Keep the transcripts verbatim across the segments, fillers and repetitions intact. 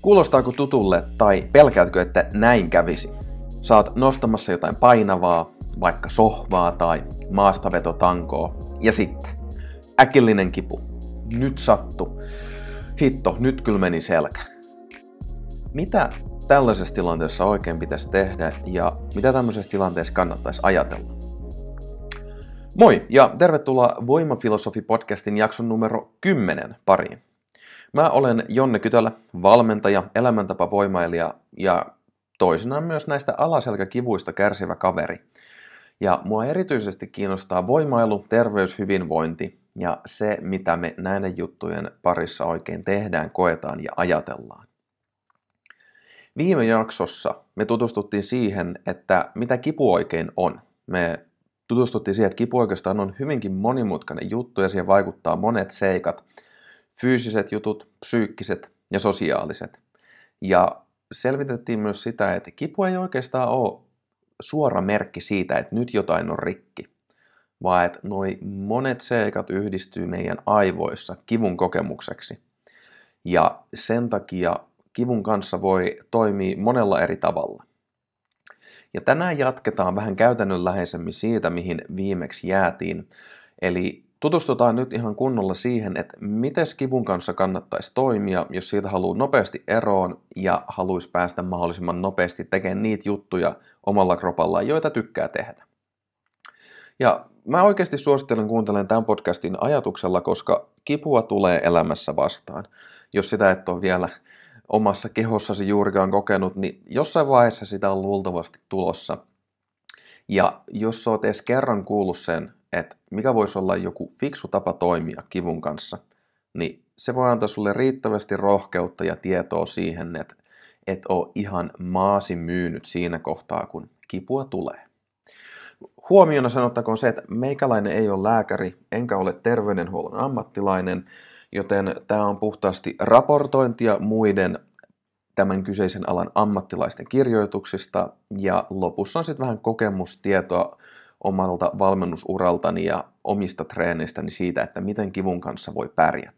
Kuulostaako tutulle tai pelkäätkö, että näin kävisi? Saat nostamassa jotain painavaa, vaikka sohvaa tai maastavetotankoa, ja sitten äkillinen kipu. Nyt sattu. Hitto, nyt kyllä meni selkä. Mitä tällaisessa tilanteessa oikein pitäisi tehdä ja mitä tämmöisessä tilanteessa kannattaisi ajatella? Moi ja tervetuloa Voimafilosofi-podcastin jakson numero kymmenen pariin. Mä olen Jonne Kytölä, valmentaja, elämäntapavoimailija ja toisinaan myös näistä alaselkäkivuista kärsivä kaveri. Ja mua erityisesti kiinnostaa voimailu, terveys, hyvinvointi ja se, mitä me näiden juttujen parissa oikein tehdään, koetaan ja ajatellaan. Viime jaksossa me tutustuttiin siihen, että mitä kipu oikein on. Me tutustuttiin siihen, että kipu oikeastaan on hyvinkin monimutkainen juttu ja siihen vaikuttaa monet seikat. Fyysiset jutut, psyykkiset ja sosiaaliset. Ja selvitettiin myös sitä, että kipu ei oikeastaan ole suora merkki siitä, että nyt jotain on rikki, vaan että noi monet seikat yhdistyy meidän aivoissa kivun kokemukseksi. Ja sen takia kivun kanssa voi toimia monella eri tavalla. Ja tänään jatketaan vähän käytännönläheisemmin siitä, mihin viimeksi jäätiin. Eli tutustutaan nyt ihan kunnolla siihen, että miten kivun kanssa kannattaisi toimia, jos siitä haluaa nopeasti eroon ja haluaisi päästä mahdollisimman nopeasti tekemään niitä juttuja omalla kropallaan, joita tykkää tehdä. Ja mä oikeasti suosittelen kuuntelemaan tämän podcastin ajatuksella, koska kipua tulee elämässä vastaan. Jos sitä et ole vielä omassa kehossasi juurikaan kokenut, niin jossain vaiheessa sitä on luultavasti tulossa. Ja jos sä oot edes kerran kuullut sen, että mikä voisi olla joku fiksu tapa toimia kivun kanssa, niin se voi antaa sulle riittävästi rohkeutta ja tietoa siihen, että et ole ihan maasi myynyt siinä kohtaa, kun kipua tulee. Huomiona sanottakoon se, että meikäläinen ei ole lääkäri, enkä ole terveydenhuollon ammattilainen, joten tämä on puhtaasti raportointia muiden tämän kyseisen alan ammattilaisten kirjoituksista, ja lopussa on sitten vähän kokemustietoa omalta valmennusuraltani ja omista treeneistäni siitä, että miten kivun kanssa voi pärjätä.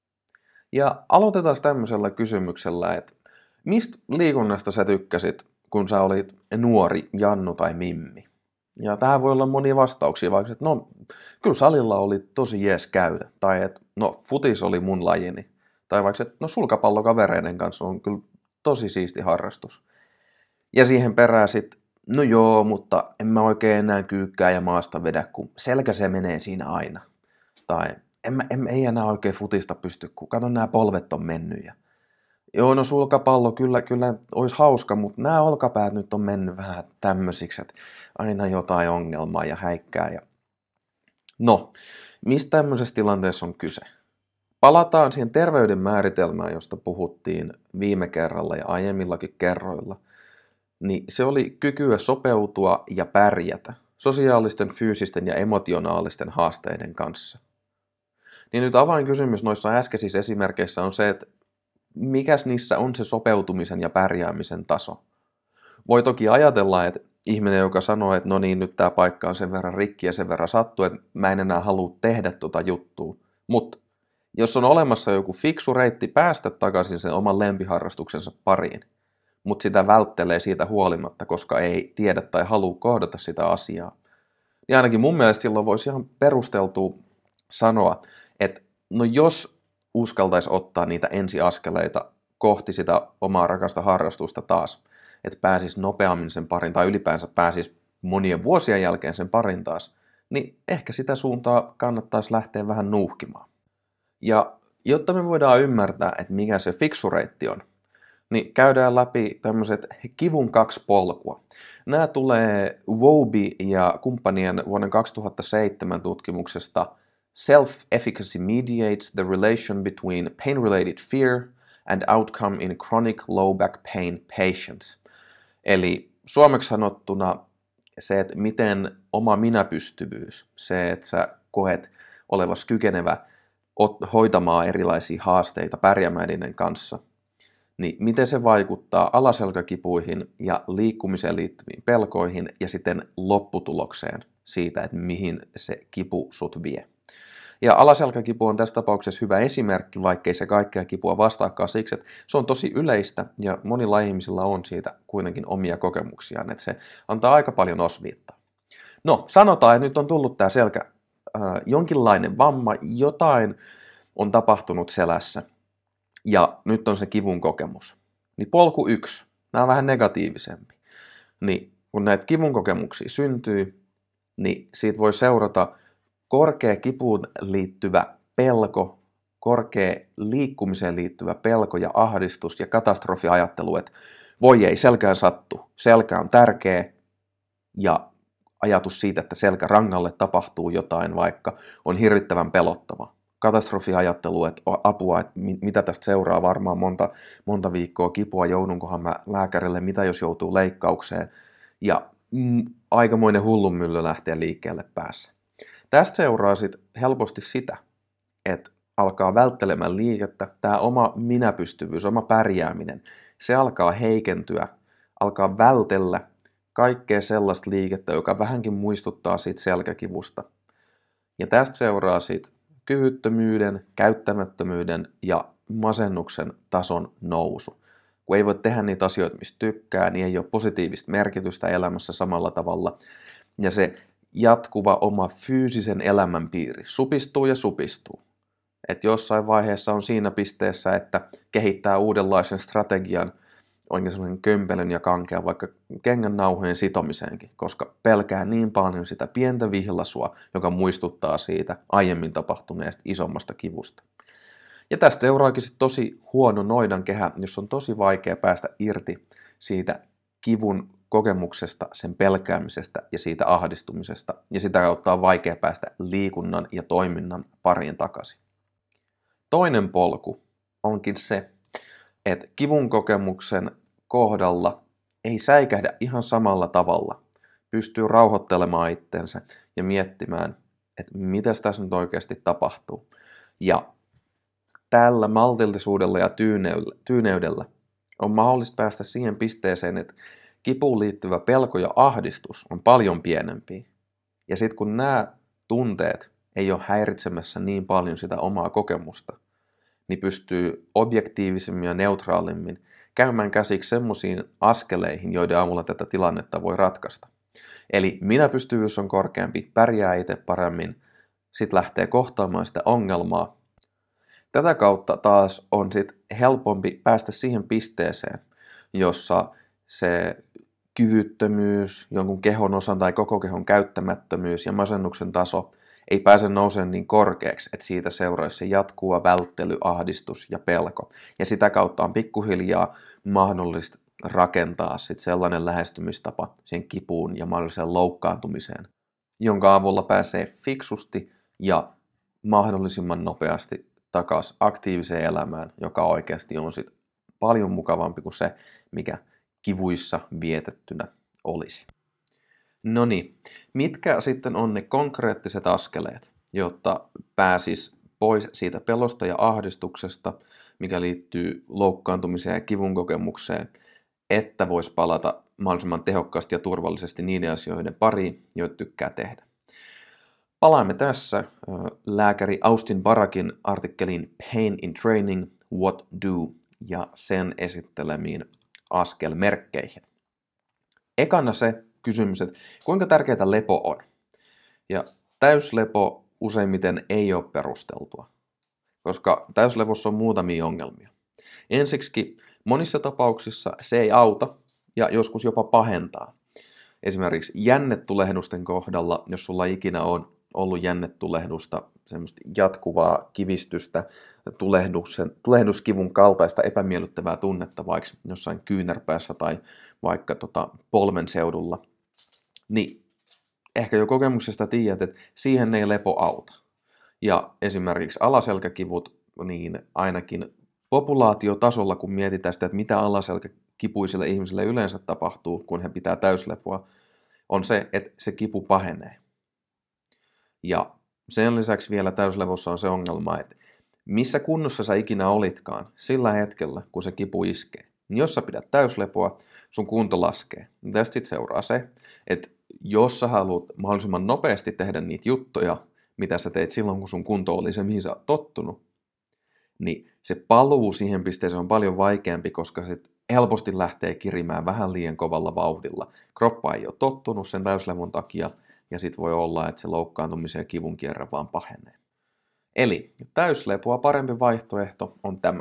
Ja aloitetaan tämmöisellä kysymyksellä, että mistä liikunnasta sä tykkäsit, kun sä olit nuori Jannu tai Mimmi? Ja tähän voi olla monia vastauksia, vaikka että no, kyllä salilla oli tosi jees käydä, tai että no, futis oli mun lajini, tai vaikka että no, sulkapallo kavereiden kanssa on kyllä tosi siisti harrastus. Ja siihen perään sitten, no joo, mutta en mä oikein enää kyykkää ja maasta vedä, kun selkä se menee siinä aina. Tai en mä, en, ei enää oikein futista pysty, kun kato nämä polvet on mennyt. Ja joo, no sulkapallo kyllä, kyllä olisi hauska, mutta nämä olkapäät nyt on mennyt vähän tämmöisiksi, että aina jotain ongelmaa ja häikkää. Ja no, mistä tämmöisessä tilanteessa on kyse? Palataan siihen terveyden määritelmään, josta puhuttiin viime kerralla ja aiemmillakin kerroilla. Niin se oli kykyä sopeutua ja pärjätä sosiaalisten, fyysisten ja emotionaalisten haasteiden kanssa. Niin nyt avainkysymys noissa äskeisissä esimerkkeissä on se, että mikäs niissä on se sopeutumisen ja pärjäämisen taso. Voi toki ajatella, että ihminen, joka sanoo, että no niin, nyt tämä paikka on sen verran rikki ja sen verran sattuu, että mä en enää halua tehdä tota juttua. Mutta jos on olemassa joku fiksu reitti päästä takaisin sen oman lempiharrastuksensa pariin, mutta sitä välttelee siitä huolimatta, koska ei tiedä tai halua kohdata sitä asiaa. Ja ainakin mun mielestä silloin voisi ihan perusteltua sanoa, että no jos uskaltaisi ottaa niitä ensiaskeleita kohti sitä omaa rakasta harrastusta taas, että pääsisi nopeammin sen parin tai ylipäänsä pääsisi monien vuosien jälkeen sen parin taas, niin ehkä sitä suuntaa kannattaisi lähteä vähän nuuhkimaan. Ja jotta me voidaan ymmärtää, että mikä se fiksu reitti on, niin käydään läpi tämmöiset kivun kaksi polkua. Nämä tulee Wowby ja kumppanien vuoden kaksituhattaseitsemän tutkimuksesta Self-Efficacy Mediates the Relation Between Pain-Related Fear and Outcome in Chronic Low Back Pain Patients. Eli suomeksi sanottuna se, että miten oma minäpystyvyys, se, että sä koet olevasi kykenevä hoitamaan erilaisia haasteita, pärjäämään niiden kanssa, niin miten se vaikuttaa alaselkäkipuihin ja liikkumiseen liittyviin pelkoihin ja sitten lopputulokseen siitä, että mihin se kipu sut vie. Ja alaselkäkipu on tässä tapauksessa hyvä esimerkki, vaikkei se kaikkea kipua vastaakaan siksi, että se on tosi yleistä ja monilla ihmisillä on siitä kuitenkin omia kokemuksiaan, että se antaa aika paljon osviittaa. No, sanotaan, että nyt on tullut tämä selkä, äh, jonkinlainen vamma, jotain on tapahtunut selässä ja nyt on se kivun kokemus. Niin polku yksi, nämä on vähän negatiivisempi. Niin kun näitä kivun kokemuksia syntyy, niin siitä voi seurata korkea kipuun liittyvä pelko, korkea liikkumiseen liittyvä pelko ja ahdistus ja katastrofiajattelu, että voi ei, selkään sattu, selkä on tärkeä ja ajatus siitä, että selkärangalle tapahtuu jotain, vaikka on hirvittävän pelottava. Katastrofiajattelu, että apua, että mitä tästä seuraa, varmaan monta, monta viikkoa kipua, joudunkohan mä lääkärille, mitä jos joutuu leikkaukseen. Ja mm, aikamoinen hullunmylly lähtee liikkeelle päässä. Tästä seuraa sitten helposti sitä, että alkaa välttelemään liikettä, tämä oma minäpystyvyys, oma pärjääminen, se alkaa heikentyä, alkaa vältellä kaikkea sellaista liikettä, joka vähänkin muistuttaa siitä selkäkivusta. Ja tästä seuraa sitten kyvyttömyyden, käyttämättömyyden ja masennuksen tason nousu. Kun ei voi tehdä niitä asioita, mistä tykkää, niin ei ole positiivista merkitystä elämässä samalla tavalla. Ja se jatkuva oma fyysisen elämänpiiri supistuu ja supistuu. Että jossain vaiheessa on siinä pisteessä, että kehittää uudenlaisen strategian, oikein semmoinen kömpelön ja kankea vaikka kengän nauhojen sitomiseenkin, koska pelkää niin paljon sitä pientä vihlasua, joka muistuttaa siitä aiemmin tapahtuneesta isommasta kivusta. Ja tästä seuraakin sitten tosi huono noidankehä, jos on tosi vaikea päästä irti siitä kivun kokemuksesta, sen pelkäämisestä ja siitä ahdistumisesta, ja sitä kautta on vaikea päästä liikunnan ja toiminnan pariin takaisin. Toinen polku onkin se, että kivun kokemuksen kohdalla ei säikähdä ihan samalla tavalla, pystyy rauhoittelemaan itsensä ja miettimään, että mitä tässä nyt oikeasti tapahtuu. Ja tällä maltillisuudella ja tyyneydellä on mahdollista päästä siihen pisteeseen, että kipuun liittyvä pelko ja ahdistus on paljon pienempi. Ja sitten kun nämä tunteet ei ole häiritsemässä niin paljon sitä omaa kokemusta, niin pystyy objektiivisemmin ja neutraalimmin käymään käsiksi semmoisiin askeleihin, joiden avulla tätä tilannetta voi ratkaista. Eli minäpystyvyys on korkeampi, pärjää itse paremmin, sitten lähtee kohtaamaan sitä ongelmaa. Tätä kautta taas on sit helpompi päästä siihen pisteeseen, jossa se kyvyttömyys, jonkun kehon osan tai koko kehon käyttämättömyys ja masennuksen taso ei pääse nousemaan niin korkeaksi, että siitä seuraisi se jatkuva välttely, ahdistus ja pelko. Ja sitä kautta on pikkuhiljaa mahdollista rakentaa sit sellainen lähestymistapa siihen kipuun ja mahdolliseen loukkaantumiseen, jonka avulla pääsee fiksusti ja mahdollisimman nopeasti takaisin aktiiviseen elämään, joka oikeasti on sit paljon mukavampi kuin se, mikä kivuissa vietettynä olisi. No niin, mitkä sitten on ne konkreettiset askeleet, jotta pääsis pois siitä pelosta ja ahdistuksesta, mikä liittyy loukkaantumiseen ja kivun kokemukseen, että voisi palata mahdollisimman tehokkaasti ja turvallisesti niiden asioiden pariin, joita tykkää tehdä. Palaamme tässä lääkäri Austin Barakin artikkeliin Pain in Training, What Do, ja sen esittelemiin askelmerkkeihin. Ekana se kysymys, että kuinka tärkeää lepo on? Ja täyslepo useimmiten ei ole perusteltua, koska täyslevossa on muutamia ongelmia. Ensiksi monissa tapauksissa se ei auta ja joskus jopa pahentaa. Esimerkiksi jännetulehdusten kohdalla, jos sulla ikinä on ollut jännetulehdusta, semmoista jatkuvaa kivistystä, tulehduksen, tulehduskivun kaltaista epämiellyttävää tunnetta vaikka jossain kyynärpäässä tai vaikka tota polven seudulla, niin ehkä jo kokemuksesta tiedät, että siihen ei lepo auta. Ja esimerkiksi alaselkäkivut, niin ainakin populaatiotasolla, kun mietitään sitä, että mitä alaselkäkipuisille ihmisille yleensä tapahtuu, kun he pitää täyslepoa, on se, että se kipu pahenee. Ja sen lisäksi vielä täyslevossa on se ongelma, että missä kunnossa sä ikinä olitkaan sillä hetkellä, kun se kipu iskee, niin jos sä pidät täyslepoa, sun kunto laskee. Ja tästä sitten seuraa se, että jos sä haluat mahdollisimman nopeasti tehdä niitä juttuja, mitä sä teit silloin, kun sun kunto oli se, mihin sä oot tottunut, niin se paluu siihen pisteeseen on paljon vaikeampi, koska se helposti lähtee kirimään vähän liian kovalla vauhdilla. Kroppa ei ole tottunut sen täyslevon takia, ja sit voi olla, että se loukkaantumisen ja kivun kierre vaan pahenee. Eli täyslepoa parempi vaihtoehto on tämä.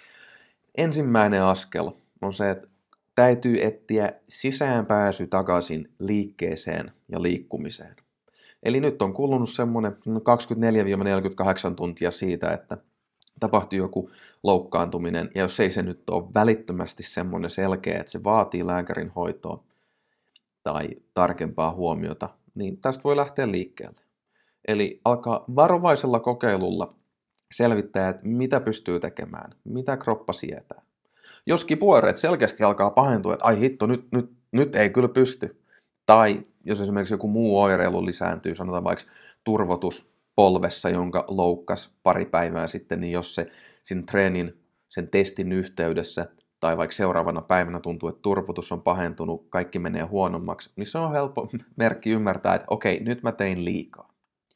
Ensimmäinen askel on se, että täytyy etsiä sisäänpääsy takaisin liikkeeseen ja liikkumiseen. Eli nyt on kulunut semmoinen kaksikymmentäneljä neljäkymmentäkahdeksan tuntia siitä, että tapahtui joku loukkaantuminen, ja jos ei se nyt ole välittömästi semmoinen selkeä, että se vaatii lääkärin hoitoa tai tarkempaa huomiota, niin tästä voi lähteä liikkeelle. Eli alkaa varovaisella kokeilulla selvittää, että mitä pystyy tekemään, mitä kroppa sietää. Jos kipuoireet selkeästi alkaa pahentua, että ai hitto, nyt, nyt, nyt ei kyllä pysty, tai jos esimerkiksi joku muu oireilu lisääntyy, sanotaan vaikka turvotus polvessa, jonka loukkas pari päivää sitten, niin jos se sen treenin, sen testin yhteydessä tai vaikka seuraavana päivänä tuntuu, että turvotus on pahentunut, kaikki menee huonommaksi, niin se on helppo merkki ymmärtää, että okei, nyt mä tein liikaa.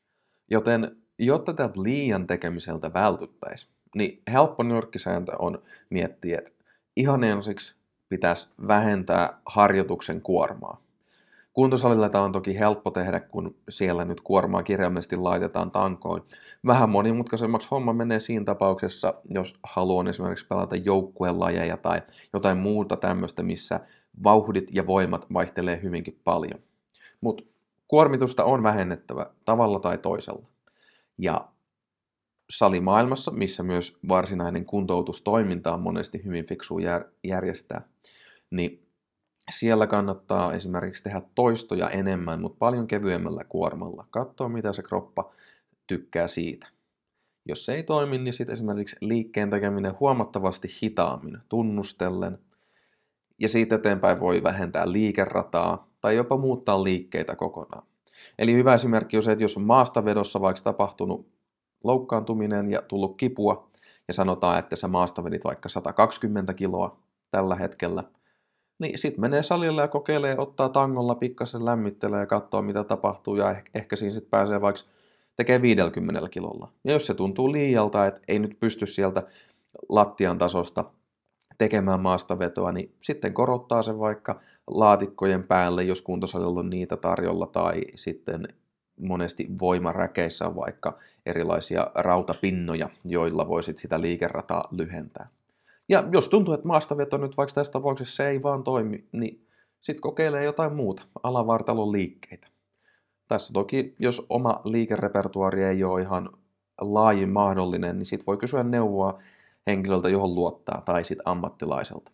Joten jotta tältä liian tekemiseltä vältyttäisiin, niin helppo nyrkkisääntö on miettiä, että ihan ensiksi pitäisi vähentää harjoituksen kuormaa. Kuntosalilla tämä on toki helppo tehdä, kun siellä nyt kuormaa kirjaimellisesti laitetaan tankoon. Vähän monimutkaisemmaksi homma menee siinä tapauksessa, jos haluan esimerkiksi pelata joukkuelajeja tai jotain muuta tämmöistä, missä vauhdit ja voimat vaihtelee hyvinkin paljon. Mutta kuormitusta on vähennettävä tavalla tai toisella. Ja salimaailmassa, missä myös varsinainen kuntoutustoiminta on monesti hyvin fiksu järjestää, niin siellä kannattaa esimerkiksi tehdä toistoja enemmän, mutta paljon kevyemmällä kuormalla. Katsoa, mitä se kroppa tykkää siitä. Jos se ei toimi, niin sitten esimerkiksi liikkeen tekeminen huomattavasti hitaammin, tunnustellen. Ja siitä eteenpäin voi vähentää liikerataa tai jopa muuttaa liikkeitä kokonaan. Eli hyvä esimerkki on se, että jos on maastavedossa vaikka tapahtunut loukkaantuminen ja tullut kipua, ja sanotaan, että sä maastavedit vaikka sata kaksikymmentä kiloa tällä hetkellä, niin sitten menee salille ja kokeilee, ottaa tangolla, pikkasen lämmittelee ja katsoo, mitä tapahtuu, ja ehkä, ehkä siinä sitten pääsee vaikka tekee viidelläkymmenellä kilolla. Ja jos se tuntuu liialta, että ei nyt pysty sieltä lattian tasosta tekemään maastavetoa, niin sitten korottaa sen vaikka laatikkojen päälle, jos kuntosalilla on niitä tarjolla, tai sitten monesti voimaräkeissä on vaikka erilaisia rautapinnoja, joilla voisit sitä liikerataa lyhentää. Ja jos tuntuu, että maastaveto nyt vaikka tässä tapauksessa se ei vaan toimi, niin sitten kokeilee jotain muuta, alavartalon liikkeitä. Tässä toki, jos oma liikerepertuaari ei ole ihan laajin mahdollinen, niin sitten voi kysyä neuvoa henkilöltä, johon luottaa, tai sitten ammattilaiselta.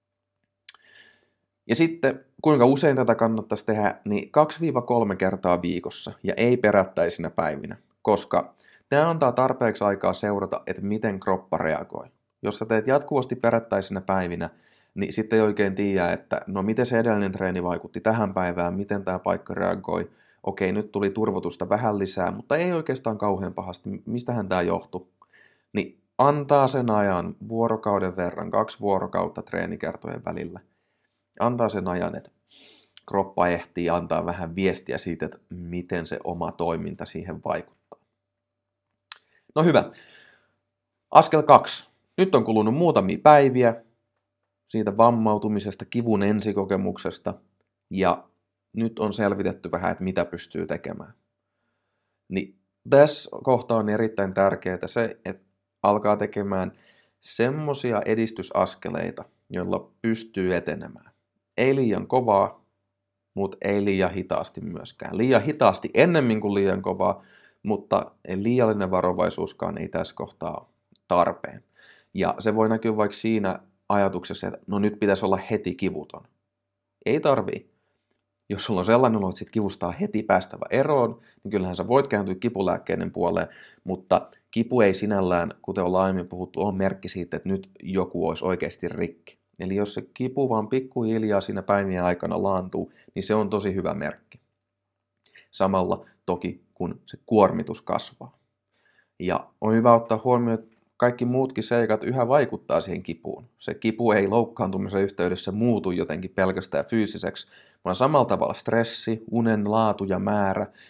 Ja sitten, kuinka usein tätä kannattaisi tehdä, niin kaksi kolme kertaa viikossa, ja ei perättäisinä päivinä, koska tämä antaa tarpeeksi aikaa seurata, että miten kroppa reagoi. Jos sä teet jatkuvasti perättäisinä päivinä, niin sitten ei oikein tiedä, että no miten se edellinen treeni vaikutti tähän päivään, miten tämä paikka reagoi. Okei, nyt tuli turvotusta vähän lisää, mutta ei oikeastaan kauhean pahasti. Mistähän tämä johtuu? Niin antaa sen ajan vuorokauden verran, kaksi vuorokautta treenikertojen välillä. Antaa sen ajan, että kroppa ehtii antaa vähän viestiä siitä, että miten se oma toiminta siihen vaikuttaa. No hyvä. Askel kaksi. Nyt on kulunut muutamia päiviä siitä vammautumisesta, kivun ensikokemuksesta, ja nyt on selvitetty vähän, että mitä pystyy tekemään. Niin tässä kohtaa on erittäin tärkeää se, että alkaa tekemään semmoisia edistysaskeleita, joilla pystyy etenemään. Ei liian kovaa, mutta ei liian hitaasti myöskään. Liian hitaasti ennemmin kuin liian kovaa, mutta liiallinen varovaisuuskaan ei tässä kohtaa ole tarpeen. Ja se voi näkyä vaikka siinä ajatuksessa, että no nyt pitäisi olla heti kivuton. Ei tarvii. Jos sulla on sellainen olo, että sit kivusta on heti päästävä eroon, niin kyllähän sä voit kääntyä kipulääkkeiden puoleen, mutta kipu ei sinällään, kuten ollaan aiemmin puhuttu, on merkki siitä, että nyt joku olisi oikeasti rikki. Eli jos se kipu vaan pikkuhiljaa siinä päivien aikana laantuu, niin se on tosi hyvä merkki. Samalla toki, kun se kuormitus kasvaa. Ja on hyvä ottaa huomioon, että kaikki muutkin seikat yhä vaikuttaa siihen kipuun. Se kipu ei loukkaantumisen yhteydessä muutu jotenkin pelkästään fyysiseksi, vaan samalla tavalla stressi, unen laatu ja määrä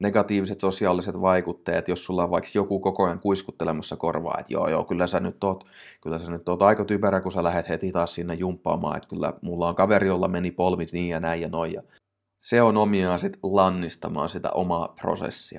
negatiiviset sosiaaliset vaikutteet, jos sulla on vaikka joku koko ajan kuiskuttelemassa korvaa, että joo, joo, kyllä sä nyt oot, kyllä sä nyt oot aika typerä, kun sä lähdet heti taas sinne jumppaamaan, että kyllä mulla on kaveri, jolla meni polvit niin ja näin ja noin. Ja se on omiaan sit lannistamaan sitä omaa prosessia.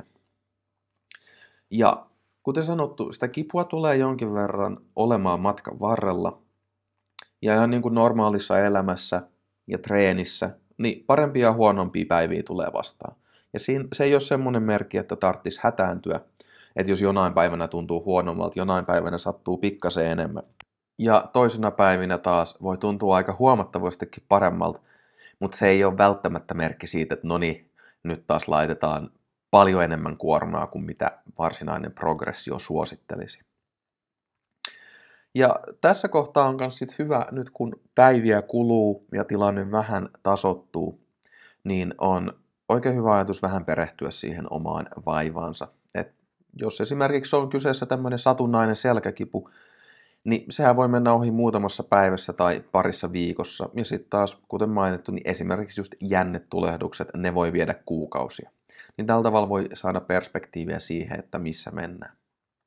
Ja kuten sanottu, sitä kipua tulee jonkin verran olemaan matkan varrella. Ja ihan niin kuin normaalissa elämässä ja treenissä, niin parempia ja huonompia päiviä tulee vastaan. Ja siinä, se ei ole semmoinen merkki, että tarvitsisi hätääntyä, että jos jonain päivänä tuntuu huonommalta, jonain päivänä sattuu pikkasen enemmän. Ja toisena päivinä taas voi tuntua aika huomattavastikin paremmalta, mutta se ei ole välttämättä merkki siitä, että no niin, nyt taas laitetaan paljon enemmän kuormaa kuin mitä varsinainen progressio suosittelisi. Ja tässä kohtaa on myös sit hyvä, nyt kun päiviä kuluu ja tilanne vähän tasoittuu, niin on oikein hyvä ajatus vähän perehtyä siihen omaan vaivaansa. Et jos esimerkiksi on kyseessä tämmöinen satunnainen selkäkipu, niin sehän voi mennä ohi muutamassa päivässä tai parissa viikossa. Ja sitten taas, kuten mainittu, niin esimerkiksi just jännetulehdukset, ne voi viedä kuukausia. Niin tällä tavalla voi saada perspektiiviä siihen, että missä mennään.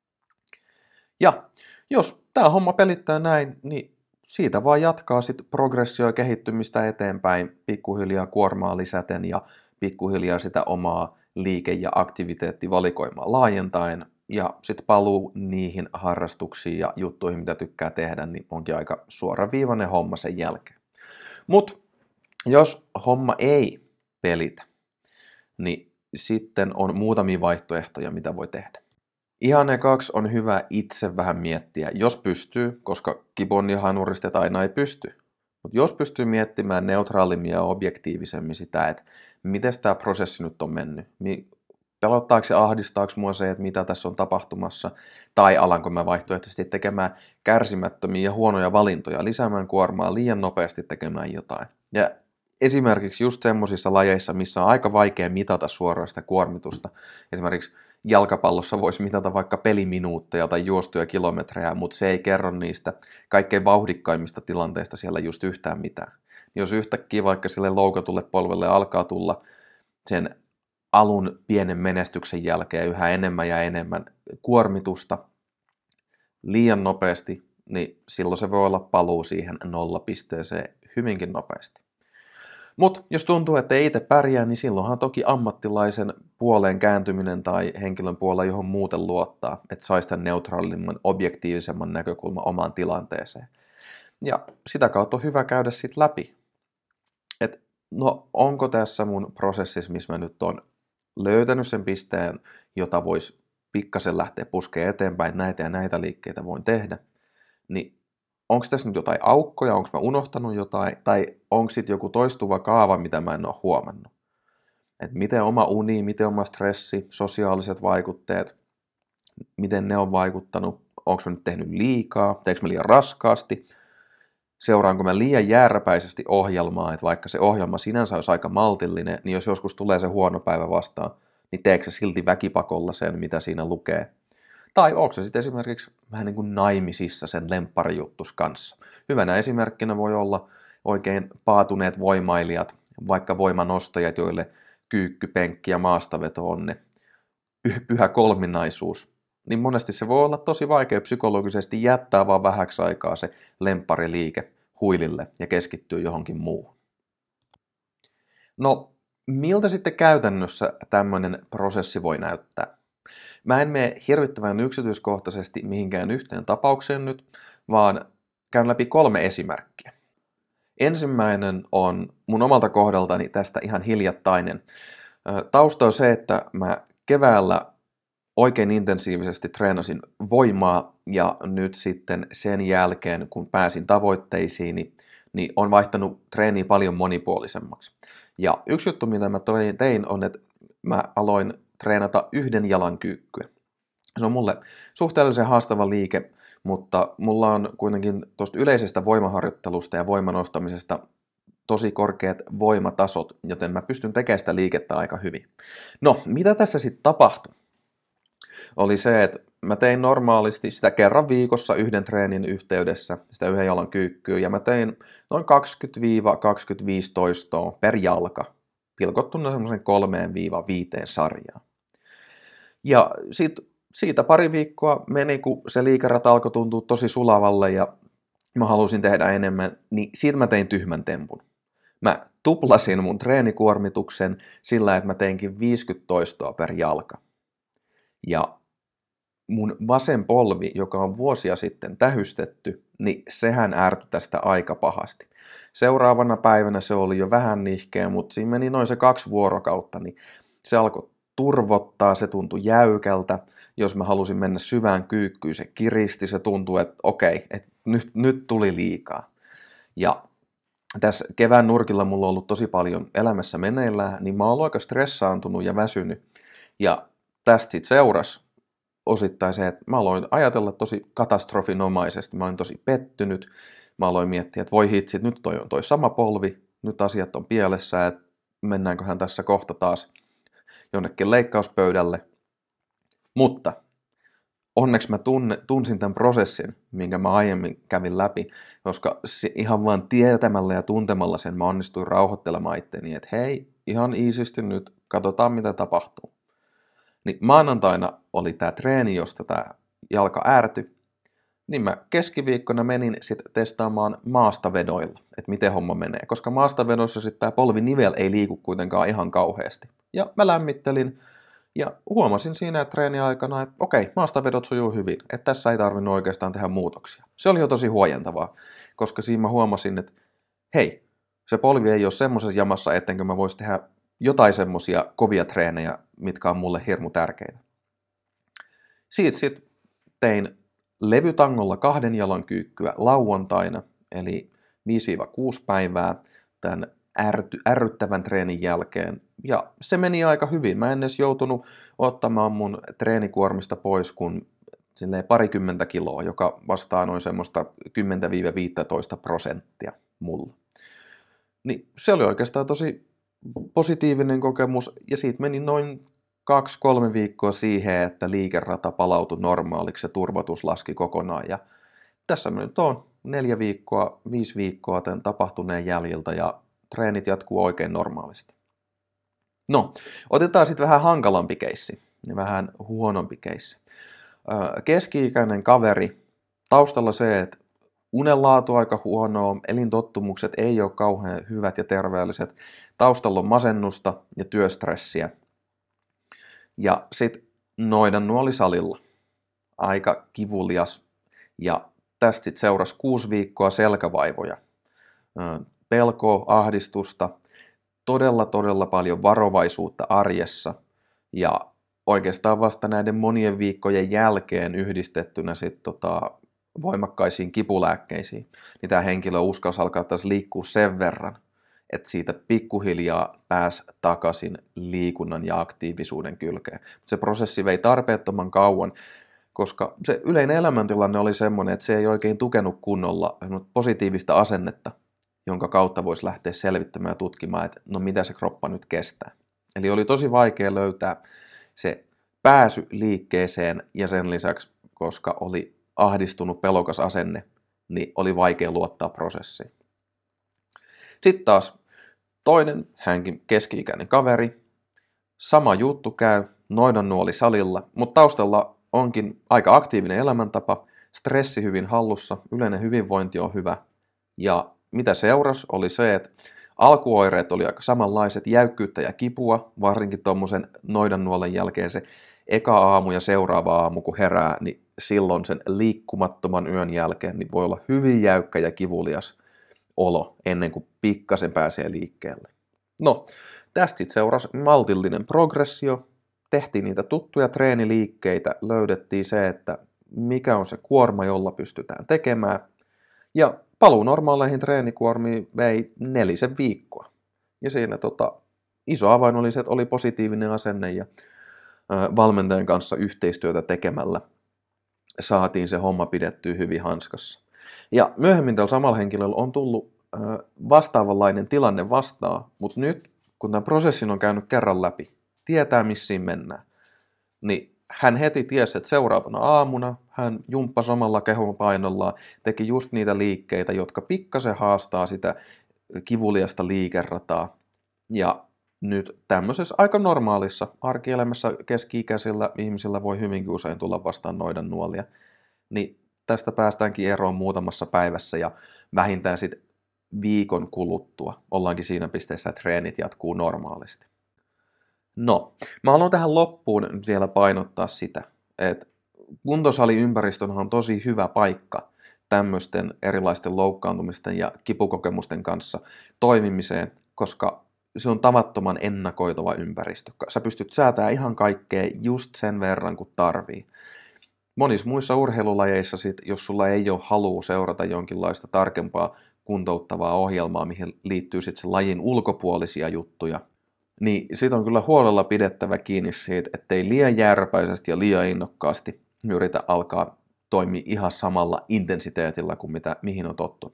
Ja jos tämä homma pelittää näin, niin siitä vaan jatkaa sitten progressio ja kehittymistä eteenpäin pikkuhiljaa kuormaa lisäten ja pikkuhiljaa sitä omaa liike- ja aktiviteettivalikoimaa laajentaen. Ja sitten paluu niihin harrastuksiin ja juttuihin, mitä tykkää tehdä, niin onkin aika suoraviivainen homma sen jälkeen. Mutta jos homma ei pelitä, niin sitten on muutamia vaihtoehtoja, mitä voi tehdä. Ihan ekaksi on hyvä itse vähän miettiä, jos pystyy, koska kipon ja hanuristet aina ei pysty. Mutta jos pystyy miettimään neutraalimmin ja objektiivisemmin sitä, että miten tämä prosessi nyt on mennyt, pelottaako ja ahdistaako mua se, että mitä tässä on tapahtumassa, tai alanko mä vaihtoehtoisesti tekemään kärsimättömiä ja huonoja valintoja, lisäämään kuormaa, liian nopeasti tekemään jotain. Ja esimerkiksi just semmoisissa lajeissa, missä on aika vaikea mitata suoraan sitä kuormitusta, esimerkiksi jalkapallossa voisi mitata vaikka peliminuutteja tai juostuja kilometrejä, mutta se ei kerro niistä kaikkein vauhdikkaimmista tilanteista siellä just yhtään mitään. Jos yhtäkkiä vaikka sille loukatulle polvelle alkaa tulla sen alun pienen menestyksen jälkeen yhä enemmän ja enemmän kuormitusta liian nopeasti, niin silloin se voi olla paluu siihen nollapisteeseen hyvinkin nopeasti. Mutta jos tuntuu, että ei itse pärjää, niin silloinhan toki ammattilaisen puoleen kääntyminen tai henkilön puolella, johon muuten luottaa, että saisi tämän neutraalimman, objektiivisemman näkökulman omaan tilanteeseen. Ja sitä kautta on hyvä käydä sitten läpi, että no onko tässä mun prosessissa, missä mä nyt on löytänyt sen pisteen, jota voisi pikkasen lähteä puskemaan eteenpäin, että näitä ja näitä liikkeitä voin tehdä, niin onko tässä nyt jotain aukkoja, onko mä unohtanut jotain, tai onko sitten joku toistuva kaava, mitä mä en ole huomannut. Että miten oma uni, miten oma stressi, sosiaaliset vaikutteet, miten ne on vaikuttanut, onko mä nyt tehnyt liikaa, teekö mä liian raskaasti, seuraanko mä liian jääräpäisesti ohjelmaa, että vaikka se ohjelma sinänsä olisi aika maltillinen, niin jos joskus tulee se huono päivä vastaan, niin teekö se silti väkipakolla sen, mitä siinä lukee. Tai onko se sitten esimerkiksi vähän niin kuin naimisissa sen lempparijuttus kanssa. Hyvänä esimerkkinä voi olla oikein paatuneet voimailijat, vaikka voimanostajat, joille kyykky, penkki ja maastaveto on ne pyhä kolminaisuus. Niin monesti se voi olla tosi vaikea psykologisesti jättää vaan vähäksi aikaa se lemppariliike huilille ja keskittyä johonkin muuhun. No, miltä sitten käytännössä tämmöinen prosessi voi näyttää? Mä en mene hirvittävän yksityiskohtaisesti mihinkään yhteen tapaukseen nyt, vaan käyn läpi kolme esimerkkiä. Ensimmäinen on mun omalta kohdaltani tästä ihan hiljattainen. Tausta on se, että mä keväällä oikein intensiivisesti treenasin voimaa ja nyt sitten sen jälkeen, kun pääsin tavoitteisiin, niin on vaihtanut treeniä paljon monipuolisemmaksi. Ja yksi juttu, mitä mä tein, on, että mä aloin treenata yhden jalan kyykkyä. Se on mulle suhteellisen haastava liike, mutta mulla on kuitenkin tuosta yleisestä voimaharjoittelusta ja voimanostamisesta tosi korkeat voimatasot, joten mä pystyn tekemään sitä liikettä aika hyvin. No, mitä tässä sitten tapahtui? Oli se, että mä tein normaalisti sitä kerran viikossa yhden treenin yhteydessä, sitä yhden jalan kyykkyä, ja mä tein noin kaksikymmentä kaksikymmentäviisi toistoa per jalka, pilkottuna semmoisen kolmeen viiteen sarjaan. Ja sit, siitä pari viikkoa meni, kun se liikerata alkoi tuntua tosi sulavalle ja mä halusin tehdä enemmän, niin siitä mä tein tyhmän tempun. Mä tuplasin mun treenikuormituksen sillä, että mä teinkin viisikymmentä toistoa per jalka. Ja mun vasen polvi, joka on vuosia sitten tähystetty, niin sehän ärtyi tästä aika pahasti. Seuraavana päivänä se oli jo vähän nihkeä, mutta siinä meni noin se kaksi vuorokautta, niin se alkoi turvottaa, se tuntui jäykältä. Jos mä halusin mennä syvään kyykkyyn, se kiristi, se tuntui, että okei, että nyt, nyt tuli liikaa. Ja tässä kevään nurkilla mulla on ollut tosi paljon elämässä meneillään, niin mä oon ollut aika stressaantunut ja väsynyt. Ja tästä sitten seurasi osittain se, että mä aloin ajatella tosi katastrofinomaisesti, mä olin tosi pettynyt. Mä aloin miettiä, että voi hitsit, nyt toi on toi sama polvi, nyt asiat on pielessä, että mennäänköhän tässä kohta taas jonnekin leikkauspöydälle. Mutta onneksi mä tunne, tunsin tämän prosessin, minkä mä aiemmin kävin läpi, koska ihan vaan tietämällä ja tuntemalla sen mä onnistuin rauhoittelemaan itteni, että hei, ihan iisisti nyt, katsotaan mitä tapahtuu. Niin maanantaina oli tää treeni, josta tää jalka ärtyi, niin mä keskiviikkona menin sitten testaamaan maastavedoilla, että miten homma menee, koska maastavedoissa sitten tää polvinivel ei liiku kuitenkaan ihan kauheasti. Ja mä lämmittelin ja huomasin siinä treeniaikana, että okei, maastavedot sujuu hyvin, että tässä ei tarvinnut oikeastaan tehdä muutoksia. Se oli jo tosi huojentavaa, koska siinä mä huomasin, että hei, se polvi ei ole semmoisessa jamassa, ettenkö mä voisi tehdä jotain semmoisia kovia treenejä, mitkä on mulle hirmu tärkeitä. Siitä sitten tein levytangolla kahden jalan kyykkyä lauantaina, eli viisi kuusi päivää tämän ärty, ärryttävän treenin jälkeen. Ja se meni aika hyvin. Mä en edes joutunut ottamaan mun treenikuormista pois kuin parikymmentä kiloa, joka vastaa noin semmoista kymmenen viisitoista prosenttia mulla. Niin se oli oikeastaan tosi positiivinen kokemus, ja siitä meni noin kaksi kolme viikkoa siihen, että liikerata palautui normaaliksi ja turvatus laski kokonaan. Ja tässä mä nyt on neljä viikkoa, viisi viikkoa tämän tapahtuneen jäljiltä, ja treenit jatkuu oikein normaalisti. No, otetaan sitten vähän hankalampi keissi, ja vähän huonompi keissi. Keski-ikäinen kaveri, taustalla se, että unenlaatu aika huonoa, elintottumukset ei ole kauhean hyvät ja terveelliset, taustalla on masennusta ja työstressiä. Ja sitten noidannuoli salilla, aika kivulias, ja tästä sitten seurasi kuusi viikkoa selkävaivoja, pelkoa, ahdistusta, todella todella paljon varovaisuutta arjessa, ja oikeastaan vasta näiden monien viikkojen jälkeen yhdistettynä sitten tota, voimakkaisiin kipulääkkeisiin, niin tämä henkilö uskalsi alkaa taas liikkua sen verran, että siitä pikkuhiljaa pääsi takaisin liikunnan ja aktiivisuuden kylkeen. Se prosessi vei tarpeettoman kauan, koska se yleinen elämäntilanne oli semmoinen, että se ei oikein tukenut kunnolla positiivista asennetta, jonka kautta voisi lähteä selvittämään ja tutkimaan, että no mitä se kroppa nyt kestää. Eli oli tosi vaikea löytää se pääsy liikkeeseen, ja sen lisäksi, koska oli ahdistunut pelokas asenne, niin oli vaikea luottaa prosessiin. Sitten taas toinen, hänkin keski-ikäinen kaveri, sama juttu käy, noidannuoli salilla, mutta taustalla onkin aika aktiivinen elämäntapa, stressi hyvin hallussa, yleinen hyvinvointi on hyvä. Ja mitä seurasi oli se, että alkuoireet oli aika samanlaiset, jäykkyyttä ja kipua, varsinkin tuommoisen noidannuolen jälkeen se eka aamu ja seuraava aamu kun herää, niin silloin sen liikkumattoman yön jälkeen niin voi olla hyvin jäykkä ja kivulias olo ennen kuin pikkasen pääsee liikkeelle. No, tästä sitten seurasi maltillinen progressio, tehtiin niitä tuttuja treeniliikkeitä, löydettiin se, että mikä on se kuorma, jolla pystytään tekemään, ja paluu normaaleihin treenikuormiin vei nelisen viikkoa. Ja siinä tota, iso avain oli se, että oli positiivinen asenne, ja ö, valmentajan kanssa yhteistyötä tekemällä saatiin se homma pidettyä hyvin hanskassa. Ja myöhemmin tällä samalla henkilöllä on tullut ö, vastaavanlainen tilanne vastaan, mutta nyt kun tämän prosessin on käynyt kerran läpi, tietää missiin mennään, niin hän heti tiesi, että seuraavana aamuna hän jumppasi omalla kehonpainollaan, teki just niitä liikkeitä, jotka pikkasen haastaa sitä kivuliasta liikerataa. Ja nyt tämmöisessä aika normaalissa arkielämässä keski-ikäisillä ihmisillä voi hyvinkin usein tulla vastaan noidan nuolia, niin tästä päästäänkin eroon muutamassa päivässä ja vähintään sitten viikon kuluttua ollaankin siinä pisteessä, että treenit jatkuu normaalisti. No, mä haluan tähän loppuun nyt vielä painottaa sitä, että kuntosaliympäristön on tosi hyvä paikka tämmöisten erilaisten loukkaantumisten ja kipukokemusten kanssa toimimiseen, koska se on tavattoman ennakoitava ympäristö. Sä pystyt säätämään ihan kaikkea just sen verran, kun tarvii. Monissa muissa urheilulajeissa, sit, jos sulla ei ole halua seurata jonkinlaista tarkempaa kuntouttavaa ohjelmaa, mihin liittyy sitten se lajin ulkopuolisia juttuja, niin sit on kyllä huolella pidettävä kiinni siitä, ettei liian järpäisesti ja liian innokkaasti yritä alkaa toimia ihan samalla intensiteetillä kuin mitä, mihin on tottunut.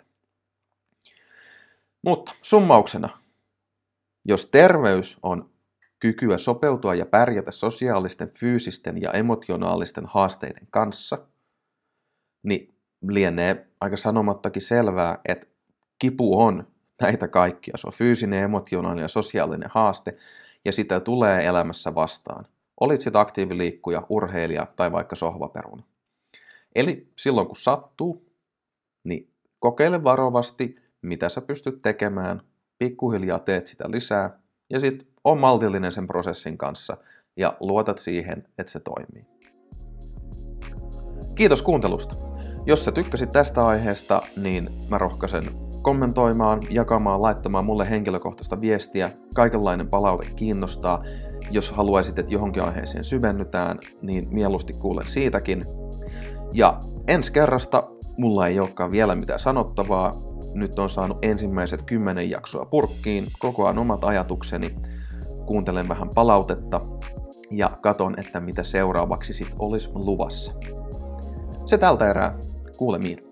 Mutta summauksena, jos terveys on kykyä sopeutua ja pärjätä sosiaalisten, fyysisten ja emotionaalisten haasteiden kanssa, niin lienee aika sanomattakin selvää, että kipu on näitä kaikkia. Se on fyysinen, emotionaalinen ja sosiaalinen haaste, ja sitä tulee elämässä vastaan. Olit sit aktiiviliikkuja, urheilija tai vaikka sohvaperuna. Eli silloin kun sattuu, niin kokeile varovasti, mitä sä pystyt tekemään, pikkuhiljaa teet sitä lisää, ja sitten on maltillinen sen prosessin kanssa, ja luotat siihen, että se toimii. Kiitos kuuntelusta. Jos sä tykkäsit tästä aiheesta, niin mä rohkaisen kommentoimaan, jakamaan, laittamaan mulle henkilökohtaista viestiä. Kaikenlainen palaute kiinnostaa. Jos haluaisit, että johonkin aiheeseen syvennytään, niin mieluusti kuulen siitäkin. Ja ensi kerrasta mulla ei olekaan vielä mitään sanottavaa. Nyt on saanut ensimmäiset kymmenen jaksoa purkkiin, kokoan omat ajatukseni, kuuntelen vähän palautetta ja katon, että mitä seuraavaksi sit olisi luvassa. Se tältä erää. Kuulemiin.